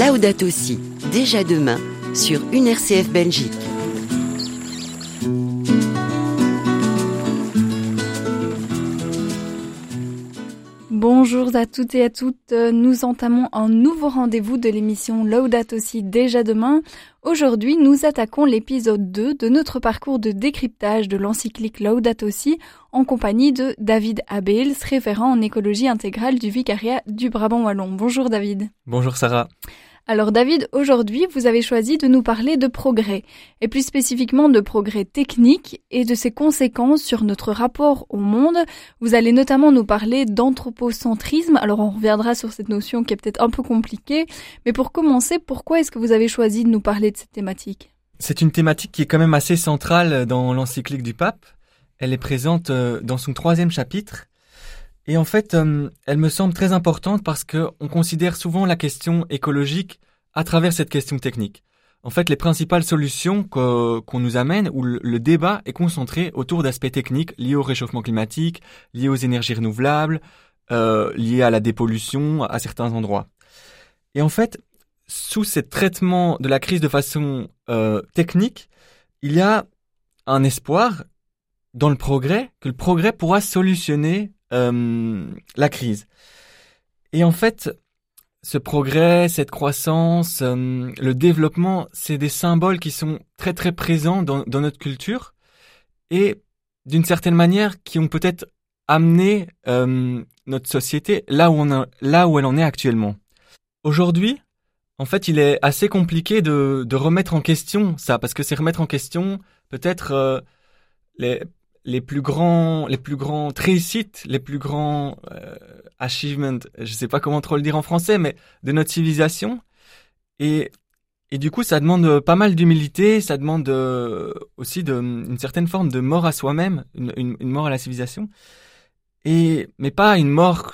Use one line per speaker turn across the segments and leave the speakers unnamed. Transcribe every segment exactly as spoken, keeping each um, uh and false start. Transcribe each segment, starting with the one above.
Laudato Si, déjà demain, sur une R C F Belgique.
Bonjour à toutes et à toutes, nous entamons un nouveau rendez-vous de l'émission Laudato Si déjà demain. Aujourd'hui, nous attaquons l'épisode deux de notre parcours de décryptage de l'encyclique Laudato Si en compagnie de David Abels, référent en écologie intégrale du vicariat du Brabant Wallon. Bonjour David.
Bonjour Sarah.
Alors David, aujourd'hui, vous avez choisi de nous parler de progrès, et plus spécifiquement de progrès techniques et de ses conséquences sur notre rapport au monde. Vous allez notamment nous parler d'anthropocentrisme, alors on reviendra sur cette notion qui est peut-être un peu compliquée, mais pour commencer, pourquoi est-ce que vous avez choisi de nous parler de cette thématique ?
C'est une thématique qui est quand même assez centrale dans l'encyclique du pape. Elle est présente dans son troisième chapitre. Et en fait, euh, elle me semble très importante parce que on considère souvent la question écologique à travers cette question technique. En fait, les principales solutions que, qu'on nous amène, où le, le débat est concentré autour d'aspects techniques liés au réchauffement climatique, liés aux énergies renouvelables, euh, liés à la dépollution à certains endroits. Et en fait, sous ce traitement de la crise de façon euh, technique, il y a un espoir dans le progrès, que le progrès pourra solutionner Euh, la crise. Et en fait, ce progrès, cette croissance, euh, le développement, c'est des symboles qui sont très très présents dans, dans notre culture et d'une certaine manière qui ont peut-être amené euh, notre société là où, on a, là où elle en est actuellement. Aujourd'hui, en fait, il est assez compliqué de, de remettre en question ça, parce que c'est remettre en question peut-être euh, les les plus grands, les plus grands réussites, les plus grands euh, achievements, je sais pas comment trop le dire en français, mais de notre civilisation. Et et du coup, ça demande pas mal d'humilité, ça demande euh, aussi de, une certaine forme de mort à soi-même, une, une, une mort à la civilisation. Et mais pas une mort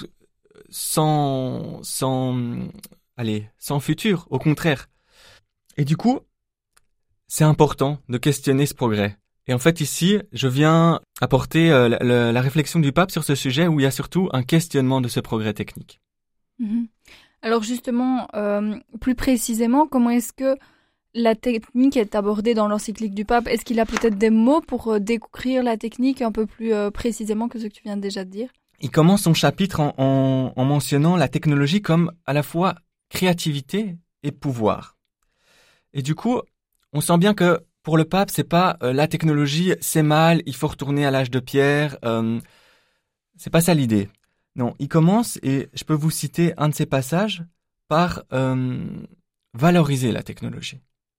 sans sans allez, sans futur, au contraire. Et du coup, c'est important de questionner ce progrès. Et en fait, ici, je viens apporter euh, la, la réflexion du pape sur ce sujet où il y a surtout un questionnement de ce progrès technique.
Mmh. Alors justement, euh, plus précisément, comment est-ce que la technique est abordée dans l'encyclique du pape ? Est-ce qu'il a peut-être des mots pour euh, décrire la technique un peu plus euh, précisément que ce que tu viens déjà de dire ?
Il commence son chapitre en, en, en mentionnant la technologie comme à la fois créativité et pouvoir. Et du coup, on sent bien que pour le pape, c'est pas euh, la technologie, c'est mal, il faut retourner à l'âge de pierre. Euh, c'est pas ça l'idée. Non, il commence, et je peux vous citer un de ces passages, par euh, valoriser la technologie.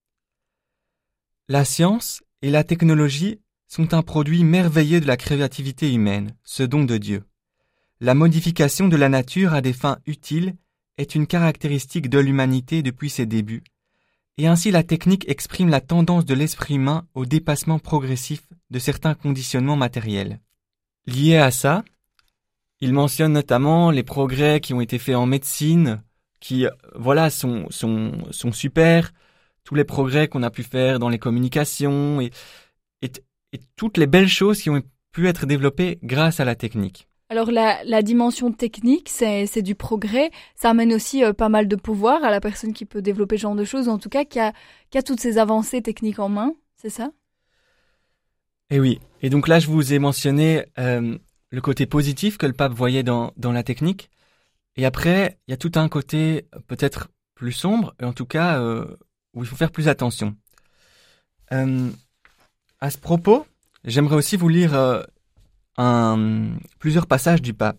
La science et la technologie sont un produit merveilleux de la créativité humaine, ce don de Dieu. La modification de la nature à des fins utiles est une caractéristique de l'humanité depuis ses débuts. Et ainsi la technique exprime la tendance de l'esprit humain au dépassement progressif de certains conditionnements matériels. Lié à ça, il mentionne notamment les progrès qui ont été faits en médecine, qui, voilà, sont, sont, sont super, tous les progrès qu'on a pu faire dans les communications, et, et, et toutes les belles choses qui ont pu être développées grâce à la technique.
Alors la, la dimension technique, c'est, c'est du progrès. Ça amène aussi euh, pas mal de pouvoir à la personne qui peut développer ce genre de choses, en tout cas qui a, qui a toutes ces avancées techniques en main, c'est ça ?
Et oui, et donc là je vous ai mentionné euh, le côté positif que le pape voyait dans, dans la technique. Et après, il y a tout un côté peut-être plus sombre, et en tout cas euh, où il faut faire plus attention. Euh, à ce propos, j'aimerais aussi vous lire Euh, Un, plusieurs passages du pape.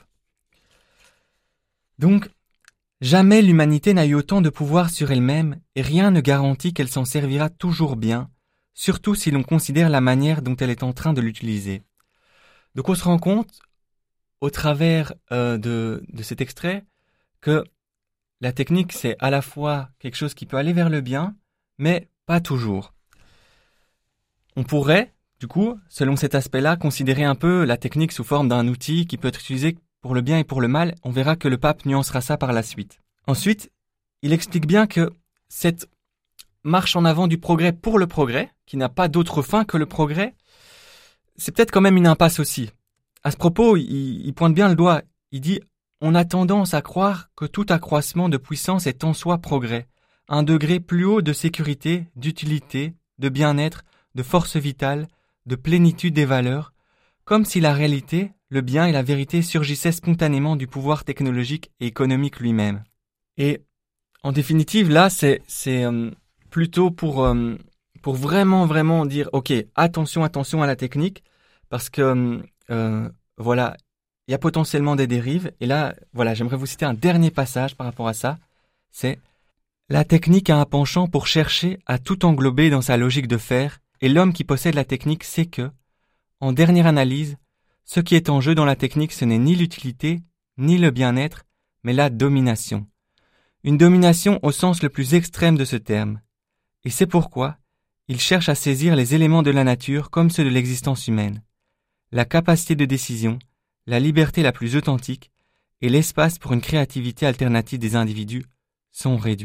Donc, jamais l'humanité n'a eu autant de pouvoir sur elle-même et rien ne garantit qu'elle s'en servira toujours bien, surtout si l'on considère la manière dont elle est en train de l'utiliser. Donc on se rend compte, au travers euh, de, de cet extrait, que la technique c'est à la fois quelque chose qui peut aller vers le bien, mais pas toujours. On pourrait Du coup, selon cet aspect-là, considérer un peu la technique sous forme d'un outil qui peut être utilisé pour le bien et pour le mal. On verra que le pape nuancera ça par la suite. Ensuite, il explique bien que cette marche en avant du progrès pour le progrès, qui n'a pas d'autre fin que le progrès, c'est peut-être quand même une impasse aussi. À ce propos, il, il pointe bien le doigt. Il dit « On a tendance à croire que tout accroissement de puissance est en soi progrès, à un degré plus haut de sécurité, d'utilité, de bien-être, de force vitale, de plénitude des valeurs, comme si la réalité, le bien et la vérité surgissaient spontanément du pouvoir technologique et économique lui-même. Et en définitive, là, c'est, c'est euh, plutôt pour, euh, pour vraiment, vraiment dire, ok, attention, attention à la technique, parce que, euh, voilà, il y a potentiellement des dérives. Et là, voilà, j'aimerais vous citer un dernier passage par rapport à ça. C'est « La technique a un penchant pour chercher à tout englober dans sa logique de faire, et l'homme qui possède la technique sait que, en dernière analyse, ce qui est en jeu dans la technique, ce n'est ni l'utilité, ni le bien-être, mais la domination. Une domination au sens le plus extrême de ce terme. Et c'est pourquoi il cherche à saisir les éléments de la nature comme ceux de l'existence humaine. La capacité de décision, la liberté la plus authentique et l'espace pour une créativité alternative des individus sont réduits. »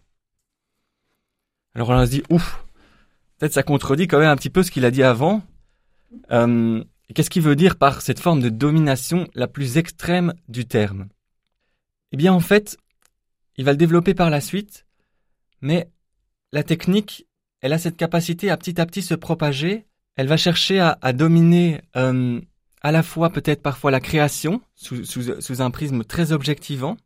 Alors on se dit, ouf, peut-être ça contredit quand même un petit peu ce qu'il a dit avant. Euh, qu'est-ce qu'il veut dire par cette forme de domination la plus extrême du terme ? Eh bien en fait, il va le développer par la suite, mais la technique, elle a cette capacité à petit à petit se propager. Elle va chercher à, à dominer euh, à la fois peut-être parfois la création sous, sous, sous un prisme très objectivant,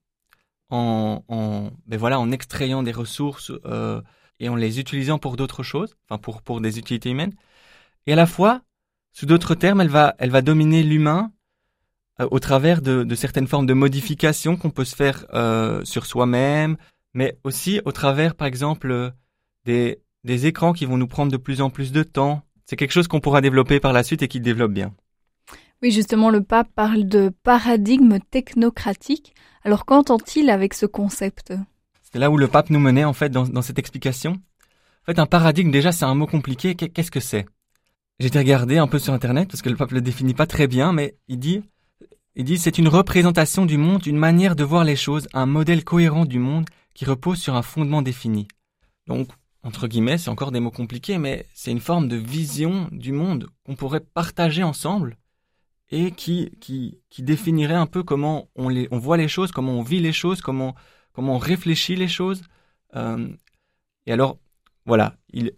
en, en, ben voilà, en extrayant des ressources euh, et en les utilisant pour d'autres choses, enfin pour, pour des utilités humaines. Et à la fois, sous d'autres termes, elle va, elle va dominer l'humain euh, au travers de, de certaines formes de modifications qu'on peut se faire euh, sur soi-même, mais aussi au travers, par exemple, des, des écrans qui vont nous prendre de plus en plus de temps. C'est quelque chose qu'on pourra développer par la suite et qui développe bien.
Oui, justement, le pape parle de paradigme technocratique. Alors, qu'entend-il avec ce concept ?
C'est là où le pape nous menait, en fait, dans, dans cette explication. En fait, un paradigme, déjà, c'est un mot compliqué. Qu'est-ce que c'est ? J'ai été regarder un peu sur Internet, parce que le pape le définit pas très bien, mais il dit, il dit, c'est une représentation du monde, une manière de voir les choses, un modèle cohérent du monde qui repose sur un fondement défini. Donc, entre guillemets, c'est encore des mots compliqués, mais c'est une forme de vision du monde qu'on pourrait partager ensemble et qui, qui, qui définirait un peu comment on, les, on voit les choses, comment on vit les choses, comment, comment on réfléchit les choses. Euh, et alors, voilà, il,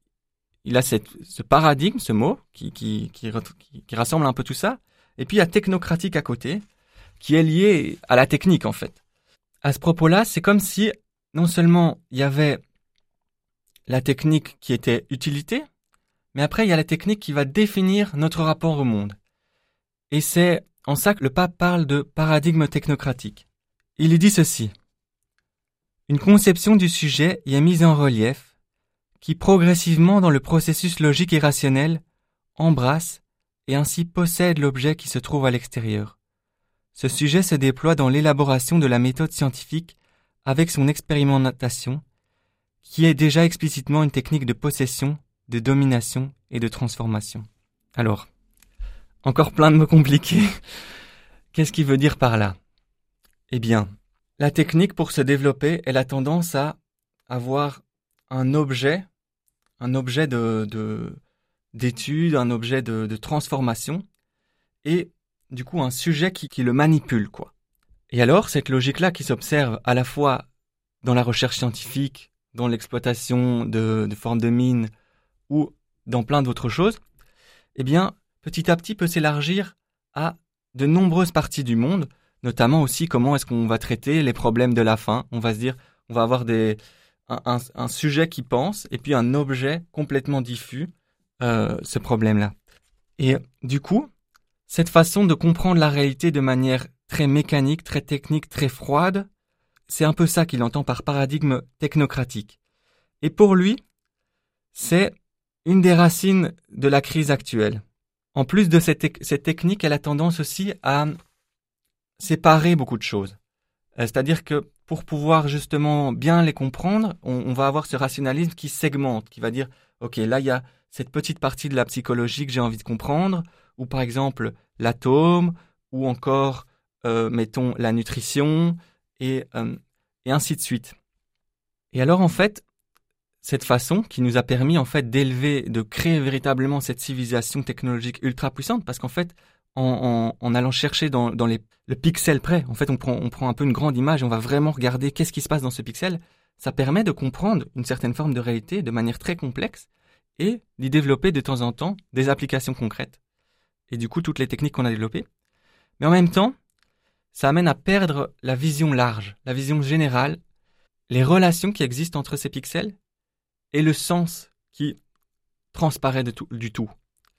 il a cette, ce paradigme, ce mot, qui, qui, qui, qui, qui rassemble un peu tout ça. Et puis, il y a technocratique à côté, qui est lié à la technique, en fait. À ce propos-là, c'est comme si, non seulement il y avait la technique qui était utilité, mais après, il y a la technique qui va définir notre rapport au monde. Et c'est en ça que le pape parle de paradigme technocratique. Il y dit ceci. Une conception du sujet y est mise en relief, qui progressivement dans le processus logique et rationnel embrasse et ainsi possède l'objet qui se trouve à l'extérieur. Ce sujet se déploie dans l'élaboration de la méthode scientifique avec son expérimentation, qui est déjà explicitement une technique de possession, de domination et de transformation. Alors, encore plein de mots compliqués. Qu'est-ce qu'il veut dire par là ? Eh bien, la technique, pour se développer, elle a tendance à avoir un objet, un objet de, de, d'étude, un objet de, de transformation, et du coup un sujet qui, qui le manipule, quoi. Et alors, cette logique-là qui s'observe à la fois dans la recherche scientifique, dans l'exploitation de, de formes de mines, ou dans plein d'autres choses, eh bien, petit à petit peut s'élargir à de nombreuses parties du monde, notamment aussi comment est-ce qu'on va traiter les problèmes de la faim. On va se dire, on va avoir des, un, un, un sujet qui pense et puis un objet complètement diffus, euh, ce problème-là. Et du coup, cette façon de comprendre la réalité de manière très mécanique, très technique, très froide, c'est un peu ça qu'il entend par paradigme technocratique. Et pour lui, c'est une des racines de la crise actuelle. En plus de cette, cette technique, elle a tendance aussi à séparer beaucoup de choses. Euh, c'est-à-dire que pour pouvoir justement bien les comprendre, on, on va avoir ce rationalisme qui segmente, qui va dire, ok, là il y a cette petite partie de la psychologie que j'ai envie de comprendre, ou par exemple l'atome, ou encore, euh, mettons, la nutrition, et, euh, et ainsi de suite. Et alors en fait, cette façon qui nous a permis en fait d'élever, de créer véritablement cette civilisation technologique ultra puissante, parce qu'en fait, en, en, en allant chercher dans, dans les, le pixel près, en fait, on prend, on prend un peu une grande image et on va vraiment regarder qu'est-ce qui se passe dans ce pixel. ça permet de comprendre une certaine forme de réalité de manière très complexe et d'y développer de temps en temps des applications concrètes. Et du coup, toutes les techniques qu'on a développées. Mais en même temps, ça amène à perdre la vision large, la vision générale, les relations qui existent entre ces pixels et le sens qui transparaît de tout, du tout.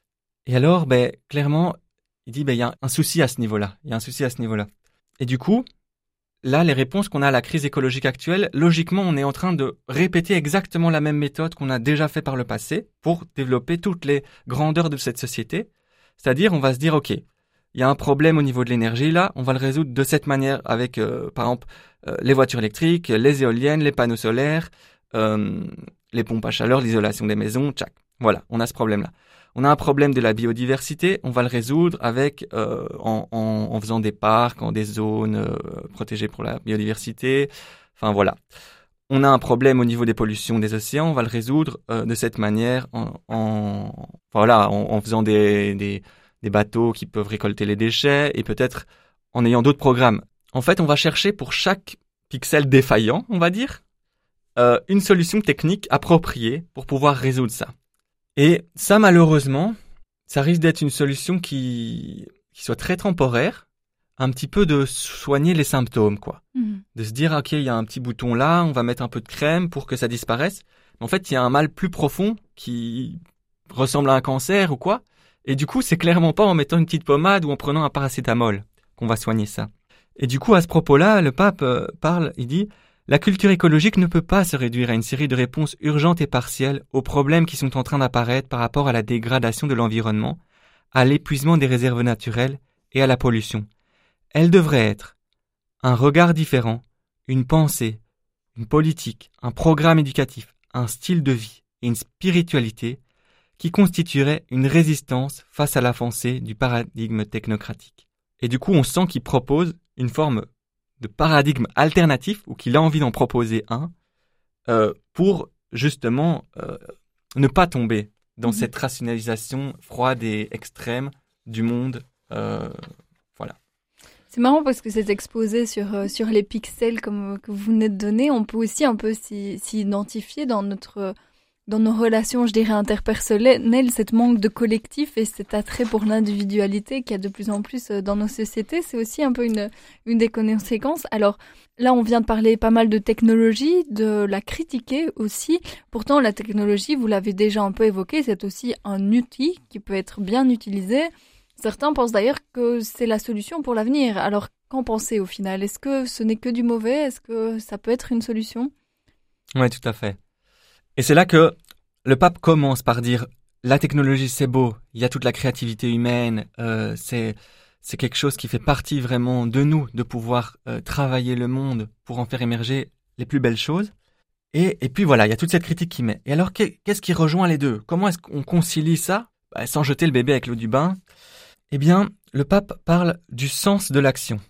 Et alors, ben, clairement, il dit, ben, il y a un souci à ce niveau-là. Il y a un souci à ce niveau-là. Et du coup, là, les réponses qu'on a à la crise écologique actuelle, logiquement, on est en train de répéter exactement la même méthode qu'on a déjà fait par le passé pour développer toutes les grandeurs de cette société. C'est-à-dire, on va se dire, OK, il y a un problème au niveau de l'énergie, là, on va le résoudre de cette manière avec, euh, par exemple, euh, les voitures électriques, les éoliennes, les panneaux solaires, euh, les pompes à chaleur, l'isolation des maisons, tchac. Voilà, on a ce problème-là. On a un problème de la biodiversité, on va le résoudre avec euh, en, en, en faisant des parcs, en des zones euh, protégées pour la biodiversité. Enfin voilà. On a un problème au niveau des pollutions des océans, on va le résoudre euh, de cette manière en, en voilà, en, en faisant des, des des bateaux qui peuvent récolter les déchets et peut-être en ayant d'autres programmes. En fait, on va chercher pour chaque pixel défaillant, on va dire, euh, une solution technique appropriée pour pouvoir résoudre ça. Et ça, malheureusement, ça risque d'être une solution qui, qui soit très temporaire, un petit peu de soigner les symptômes, quoi. Mmh. De se dire, OK, il y a un petit bouton là, on va mettre un peu de crème pour que ça disparaisse. Mais en fait, il y a un mal plus profond qui ressemble à un cancer ou quoi. Et du coup, c'est clairement pas en mettant une petite pommade ou en prenant un paracétamol qu'on va soigner ça. Et du coup, à ce propos-là, le pape euh, parle, il dit « La culture écologique ne peut pas se réduire à une série de réponses urgentes et partielles aux problèmes qui sont en train d'apparaître par rapport à la dégradation de l'environnement, à l'épuisement des réserves naturelles et à la pollution. Elle devrait être un regard différent, une pensée, une politique, un programme éducatif, un style de vie et une spiritualité qui constituerait une résistance face à l'avancée du paradigme technocratique. » Et du coup, on sent qu'il propose une forme de paradigme alternatif, ou qu'il a envie d'en proposer un, euh, pour justement euh, ne pas tomber dans mmh. cette rationalisation froide et extrême du monde. Euh, voilà.
C'est marrant parce que cet exposé sur, euh, sur les pixels comme que vous venez de donner, on peut aussi un peu s'y, s'y identifier dans notre... dans nos relations, je dirais, interpersonnelles, cette manque de collectif et cet attrait pour l'individualité qu'il y a de plus en plus dans nos sociétés, c'est aussi un peu une, une des conséquences. Alors là, on vient de parler pas mal de technologie, de la critiquer aussi. Pourtant, la technologie, vous l'avez déjà un peu évoqué, c'est aussi un outil qui peut être bien utilisé. Certains pensent d'ailleurs que c'est la solution pour l'avenir. Alors, qu'en pensez au final ? Est-ce que ce n'est que du mauvais ? Est-ce que ça peut être une solution ?
Oui, tout à fait. Et c'est là que le pape commence par dire « La technologie, c'est beau, il y a toute la créativité humaine, euh, c'est, c'est quelque chose qui fait partie vraiment de nous, de pouvoir euh, travailler le monde pour en faire émerger les plus belles choses. » Et, et puis voilà, il y a toute cette critique qu'il met. Et alors, qu'est-ce qui rejoint les deux ? Comment est-ce qu'on concilie ça ? Bah, sans jeter le bébé avec l'eau du bain. Eh bien, le pape parle du sens de l'action.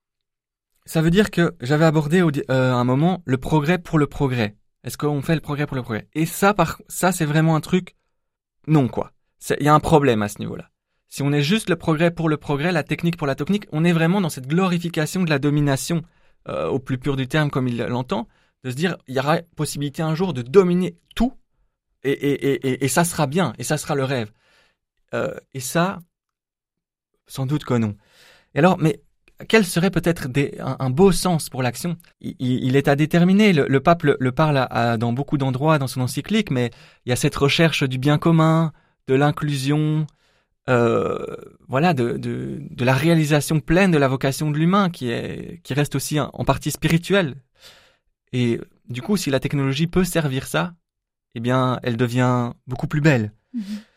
Ça veut dire que j'avais abordé au, euh, un moment le progrès pour le progrès. Est-ce qu'on fait le progrès pour le progrès ? Et ça, par, ça, c'est vraiment un truc, non, quoi. Il y a un problème à ce niveau-là. Si on est juste le progrès pour le progrès, la technique pour la technique, on est vraiment dans cette glorification de la domination, euh, au plus pur du terme, comme il l'entend, de se dire, il y aura possibilité un jour de dominer tout, et, et, et, et, et ça sera bien, et ça sera le rêve. Euh, et ça, sans doute que non. Et alors, mais quel serait peut-être des, un, un beau sens pour l'action ? il, il est à déterminer. Le, le pape le, le parle à, à, dans beaucoup d'endroits dans son encyclique, mais il y a cette recherche du bien commun, de l'inclusion, euh, voilà, de, de, de la réalisation pleine de la vocation de l'humain, qui, est, qui reste aussi en, en partie spirituelle. Et du coup, si la technologie peut servir ça, eh bien, elle devient beaucoup plus belle. Mmh.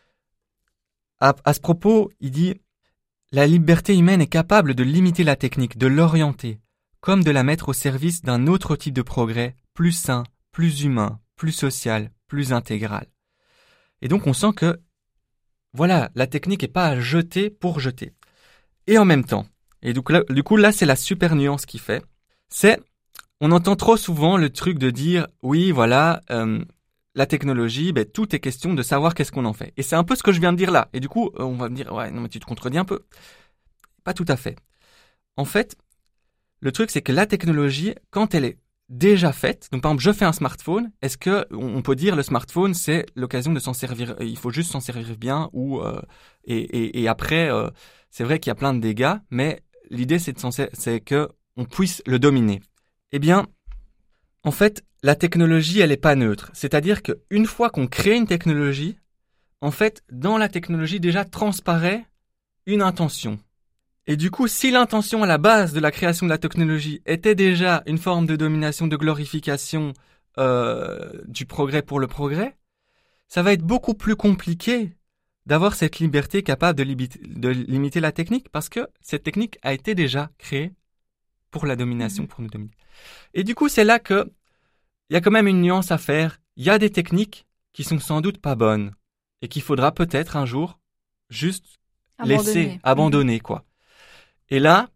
À, à ce propos, il dit... La liberté humaine est capable de limiter la technique, de l'orienter, comme de la mettre au service d'un autre type de progrès, plus sain, plus humain, plus social, plus intégral. Et donc on sent que, voilà, la technique n'est pas à jeter pour jeter. Et en même temps, et donc là, du coup là c'est la super nuance qu'il fait, c'est, on entend trop souvent le truc de dire, oui voilà, euh, la technologie, ben, tout est question de savoir qu'est-ce qu'on en fait. Et c'est un peu ce que je viens de dire là. Et du coup, on va me dire, ouais, non mais tu te contredis un peu. Pas tout à fait. En fait, le truc c'est que la technologie, quand elle est déjà faites. Donc par exemple, je fais un smartphone. Est-ce que on peut dire le smartphone, c'est l'occasion de s'en servir, il faut juste s'en servir bien ou euh, et, et, et après, euh, c'est vrai qu'il y a plein de dégâts, mais l'idée c'est, de s'en, c'est que on puisse le dominer. Eh bien, en fait, la technologie, elle est pas neutre. C'est-à-dire qu'une fois qu'on crée une technologie, en fait, dans la technologie déjà transparaît une intention. Et du coup, si l'intention à la base de la création de la technologie était déjà une forme de domination, de glorification euh, du progrès pour le progrès, ça va être beaucoup plus compliqué d'avoir cette liberté capable de, libi- de limiter la technique, parce que cette technique a été déjà créée pour la domination, mmh. pour nous dominer. Et du coup, c'est là que il y a quand même une nuance à faire. Il y a des techniques qui sont sans doute pas bonnes et qu'il faudra peut-être un jour juste abandonner. laisser, abandonner, mmh. quoi. Et là,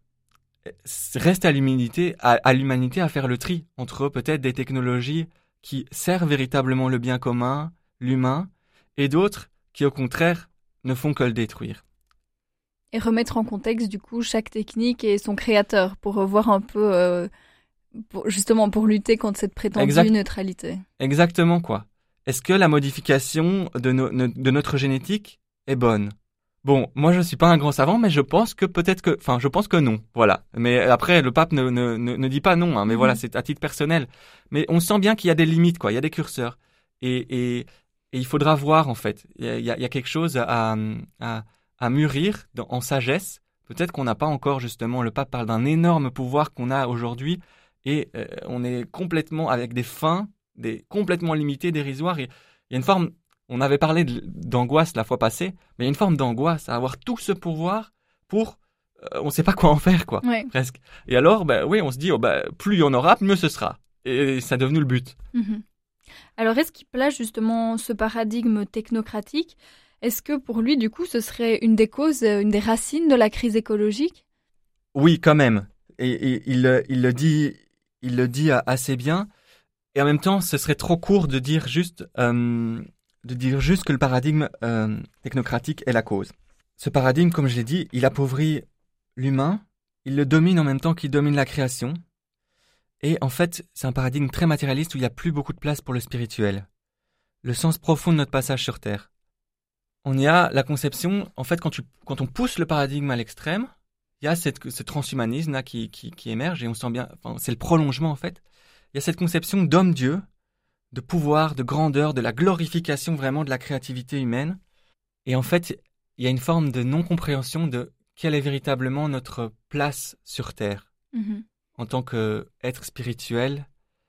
reste à l'humanité, à, à l'humanité à faire le tri entre peut-être des technologies qui servent véritablement le bien commun, l'humain, et d'autres qui, au contraire, ne font que le détruire.
Et remettre en contexte, du coup, chaque technique et son créateur pour revoir un peu, euh, pour, justement, pour lutter contre cette prétendue exact. neutralité.
Exactement, quoi. Est-ce que la modification de, no, de notre génétique est bonne ? Bon, moi je suis pas un grand savant, mais je pense que peut-être que, enfin, je pense que non, voilà. Mais après, le pape ne ne ne, ne dit pas non, hein, mais mmh. voilà, c'est à titre personnel. Mais on sent bien qu'il y a des limites, quoi. Il y a des curseurs, et et, et il faudra voir en fait. Il y a il y a, il y a quelque chose à à à mûrir dans, en sagesse. Peut-être qu'on n'a pas encore justement. Le pape parle d'un énorme pouvoir qu'on a aujourd'hui, et euh, on est complètement avec des fins, des complètement limitées, dérisoires. Et il y a une forme. On avait parlé de, d'angoisse la fois passée, mais il y a une forme d'angoisse à avoir tout ce pouvoir pour, euh, on ne sait pas quoi en faire, quoi,
ouais.
presque. Et alors, ben oui, on se dit, oh, ben, plus il y en aura, mieux ce sera. Et ça est devenu le but.
Mmh. Alors, est-ce qu'il place justement ce paradigme technocratique ? Est-ce que pour lui, du coup, ce serait une des causes, une des racines de la crise écologique ?
Oui, quand même. Et, et il, il le dit, il le dit assez bien. Et en même temps, ce serait trop court de dire juste. Euh, de dire juste que le paradigme euh, technocratique est la cause. Ce paradigme, comme je l'ai dit, il appauvrit l'humain, il le domine en même temps qu'il domine la création, et en fait, c'est un paradigme très matérialiste où il n'y a plus beaucoup de place pour le spirituel, le sens profond de notre passage sur Terre. On y a la conception, en fait, quand, tu, quand on pousse le paradigme à l'extrême, il y a cette, ce transhumanisme-là qui, qui, qui émerge, et on sent bien, enfin, c'est le prolongement, en fait. Il y a cette conception d'homme-dieu, de pouvoir, de grandeur, de la glorification vraiment de la créativité humaine. Et en fait, il y a une forme de non-compréhension de quelle est véritablement notre place sur Terre mmh. en tant qu'être spirituel.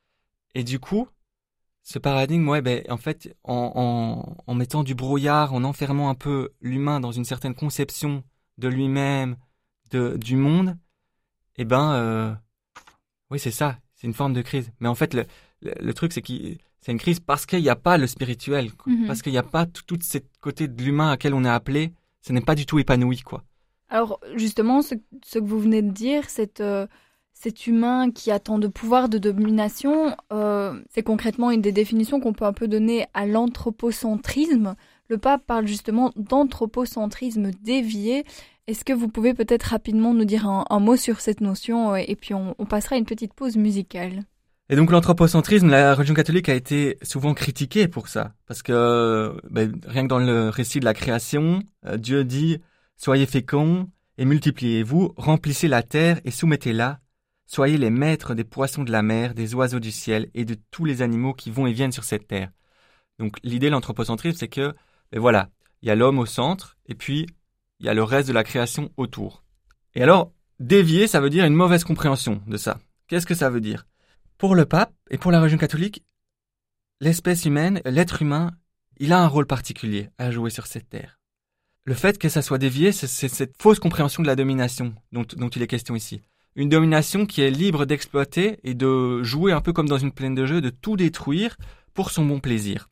Et du coup, ce paradigme, ouais, ben, en fait, en, en, en mettant du brouillard, en enfermant un peu l'humain dans une certaine conception de lui-même, de, du monde, eh ben, euh, oui, c'est ça, c'est une forme de crise. Mais en fait, le, le, le truc, c'est qu'il c'est une crise parce qu'il n'y a pas le spirituel, quoi. Mmh. Parce qu'il n'y a pas tout, tout ce côté de l'humain à quel on est appelé, ce n'est pas du tout épanoui, quoi.
Alors, justement, ce, ce que vous venez de dire, cette, euh, cet humain qui a tant de pouvoir de domination, euh, c'est concrètement une des définitions qu'on peut un peu donner à l'anthropocentrisme. Le pape parle justement d'anthropocentrisme dévié. Est-ce que vous pouvez peut-être rapidement nous dire un, un mot sur cette notion, et puis on, on passera à une petite pause musicale.
Et donc l'anthropocentrisme, la religion catholique a été souvent critiquée pour ça, parce que ben, rien que dans le récit de la création, euh, Dieu dit « Soyez féconds et multipliez-vous, remplissez la terre et soumettez-la, soyez les maîtres des poissons de la mer, des oiseaux du ciel et de tous les animaux qui vont et viennent sur cette terre. » Donc l'idée de l'anthropocentrisme, c'est que, ben voilà, il y a l'homme au centre et puis il y a le reste de la création autour. Et alors, dévier, ça veut dire une mauvaise compréhension de ça. Qu'est-ce que ça veut dire ? Pour le pape et pour la religion catholique, l'espèce humaine, l'être humain, il a un rôle particulier à jouer sur cette terre. Le fait que ça soit dévié, c'est, c'est cette fausse compréhension de la domination dont, dont il est question ici. Une domination qui est libre d'exploiter et de jouer un peu comme dans une plaine de jeu, de tout détruire pour son bon plaisir.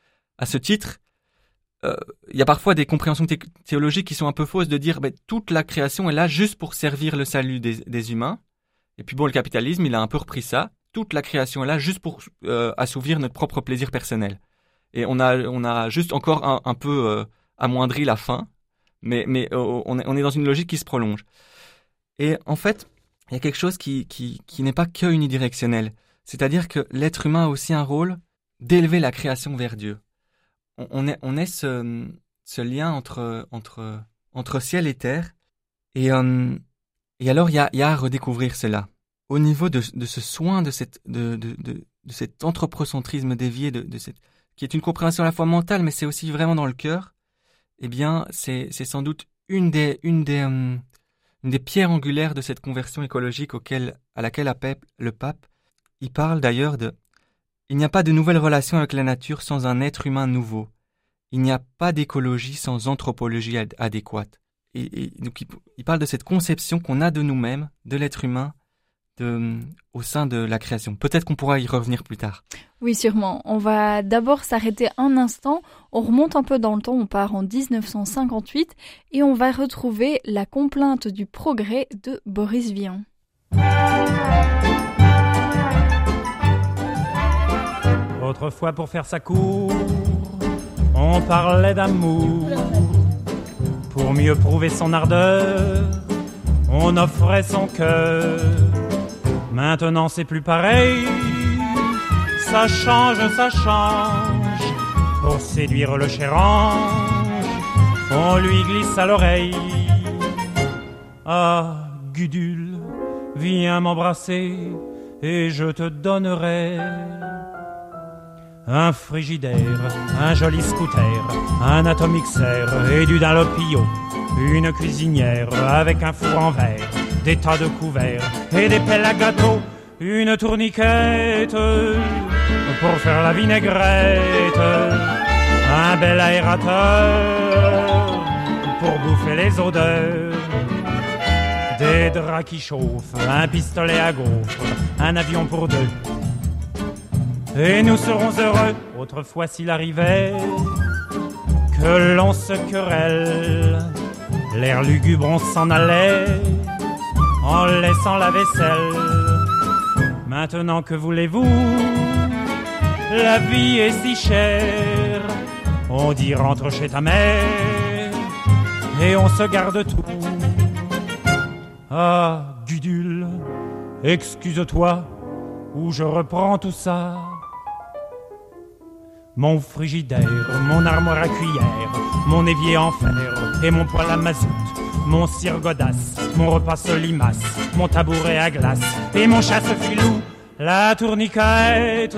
À ce titre, euh, il y a parfois des compréhensions thé- théologiques qui sont un peu fausses de dire ben, toute la création est là juste pour servir le salut des, des humains. Et puis bon, le capitalisme, il a un peu repris ça. Toute la création est là juste pour euh, assouvir notre propre plaisir personnel. Et on a, on a juste encore un, un peu euh, amoindri la fin, mais, mais euh, on, est, on est dans une logique qui se prolonge. Et en fait, il y a quelque chose qui, qui, qui n'est pas que unidirectionnel. C'est-à-dire que l'être humain a aussi un rôle d'élever la création vers Dieu. On, on est, on est ce, ce lien entre, entre, entre ciel et terre. Et, euh, et alors, il y a, y a à redécouvrir cela. Au niveau de, de ce soin, de, cette, de, de, de, de cet anthropocentrisme dévié, de, de cette, qui est une compréhension à la fois mentale, mais c'est aussi vraiment dans le cœur, eh bien, c'est, c'est sans doute une des, une des, euh, une des pierres angulaires de cette conversion écologique auquel, à laquelle appelle le pape. Il parle d'ailleurs de « Il n'y a pas de nouvelle relation avec la nature sans un être humain nouveau. Il n'y a pas d'écologie sans anthropologie ad- adéquate. » Et, et donc il, il parle de cette conception qu'on a de nous-mêmes, de l'être humain, de, au sein de la création. Peut-être qu'on pourra y revenir plus tard.
Oui, sûrement. On va d'abord s'arrêter un instant. On remonte un peu dans le temps, on part en dix-neuf cent cinquante-huit et on va retrouver La complainte du progrès de Boris Vian.
Autrefois, pour faire sa cour, on parlait d'amour. Pour mieux prouver son ardeur, on offrait son cœur. Maintenant, c'est plus pareil. Ça change, ça change. Pour séduire le cher ange, on lui glisse à l'oreille. Ah, Gudule, viens m'embrasser et je te donnerai un frigidaire, un joli scooter, un atomixer et du Dunlopio, une cuisinière avec un four en verre, des tas de couverts et des pelles à gâteau, une tourniquette pour faire la vinaigrette, un bel aérateur pour bouffer les odeurs, des draps qui chauffent, un pistolet à gaufres, un avion pour deux. Et nous serons heureux. Autrefois s'il arrivait que l'on se querelle, l'air lugubre on s'en allait en laissant la vaisselle. Maintenant que voulez-vous, la vie est si chère. On dit rentre chez ta mère et on se garde tout. Ah, Gudule, excuse-toi ou je reprends tout ça. Mon frigidaire, mon armoire à cuillère, mon évier en fer et mon poêle à mazout, mon cire godasse, mon repas solimace, mon tabouret à glace et mon chasse-filou, la tourniquette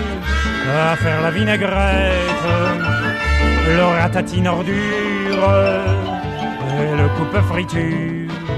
à faire la vinaigrette, le ratatine ordure et le coupe-friture.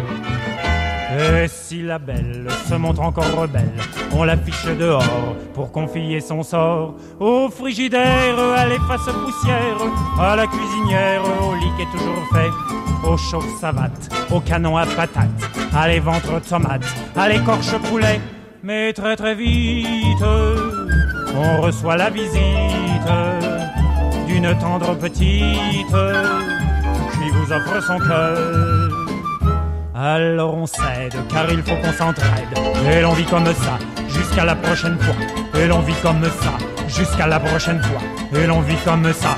Et si la belle se montre encore rebelle, on l'affiche dehors pour confier son sort au frigidaire, à l'efface poussière, à la cuisinière, au lit qui est toujours fait, au chauffe-savate, au canon à patates, à les ventres tomates, à l'écorche poulet. Mais très très vite, on reçoit la visite d'une tendre petite qui vous offre son cœur. Alors on cède, car il faut qu'on s'entraide. Et l'on vit comme ça, jusqu'à la prochaine fois. Et l'on vit comme ça, jusqu'à la prochaine fois. Et l'on vit comme ça,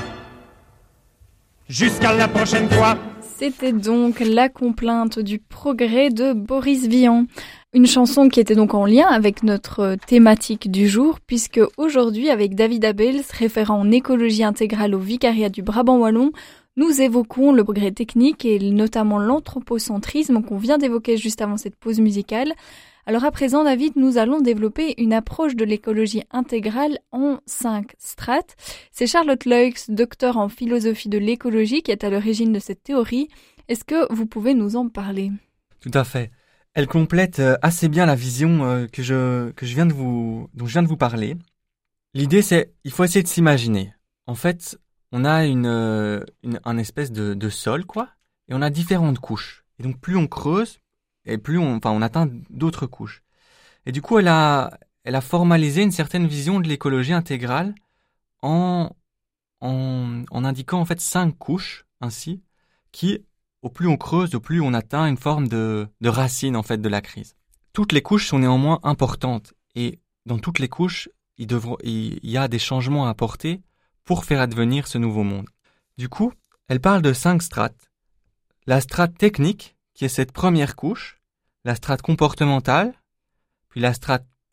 jusqu'à la prochaine fois.
C'était donc La complainte du progrès de Boris Vian. Une chanson qui était donc en lien avec notre thématique du jour, puisque aujourd'hui, avec David Abels, référent en écologie intégrale au vicariat du Brabant Wallon, nous évoquons le progrès technique et notamment l'anthropocentrisme qu'on vient d'évoquer juste avant cette pause musicale. Alors à présent, David, nous allons développer une approche de l'écologie intégrale en cinq strates. C'est Charlotte Leux, docteur en philosophie de l'écologie, qui est à l'origine de cette théorie. Est-ce que vous pouvez nous en parler ?
Tout à fait. Elle complète assez bien la vision que je, que je viens de vous, dont je viens de vous parler. L'idée, c'est, il faut essayer de s'imaginer. En fait, on a une, une un espèce de, de sol, quoi, et on a différentes couches. Et donc, plus on creuse, et plus on, enfin, on atteint d'autres couches. Et du coup, elle a, elle a formalisé une certaine vision de l'écologie intégrale en, en, en indiquant en fait cinq couches, ainsi, qui, au plus on creuse, au plus on atteint une forme de, de racine en fait de la crise. Toutes les couches sont néanmoins importantes, et dans toutes les couches, il, devront, il, il y a des changements à apporter pour faire advenir ce nouveau monde. Du coup, elle parle de cinq strates. La strate technique, qui est cette première couche, la strate comportementale, puis la strate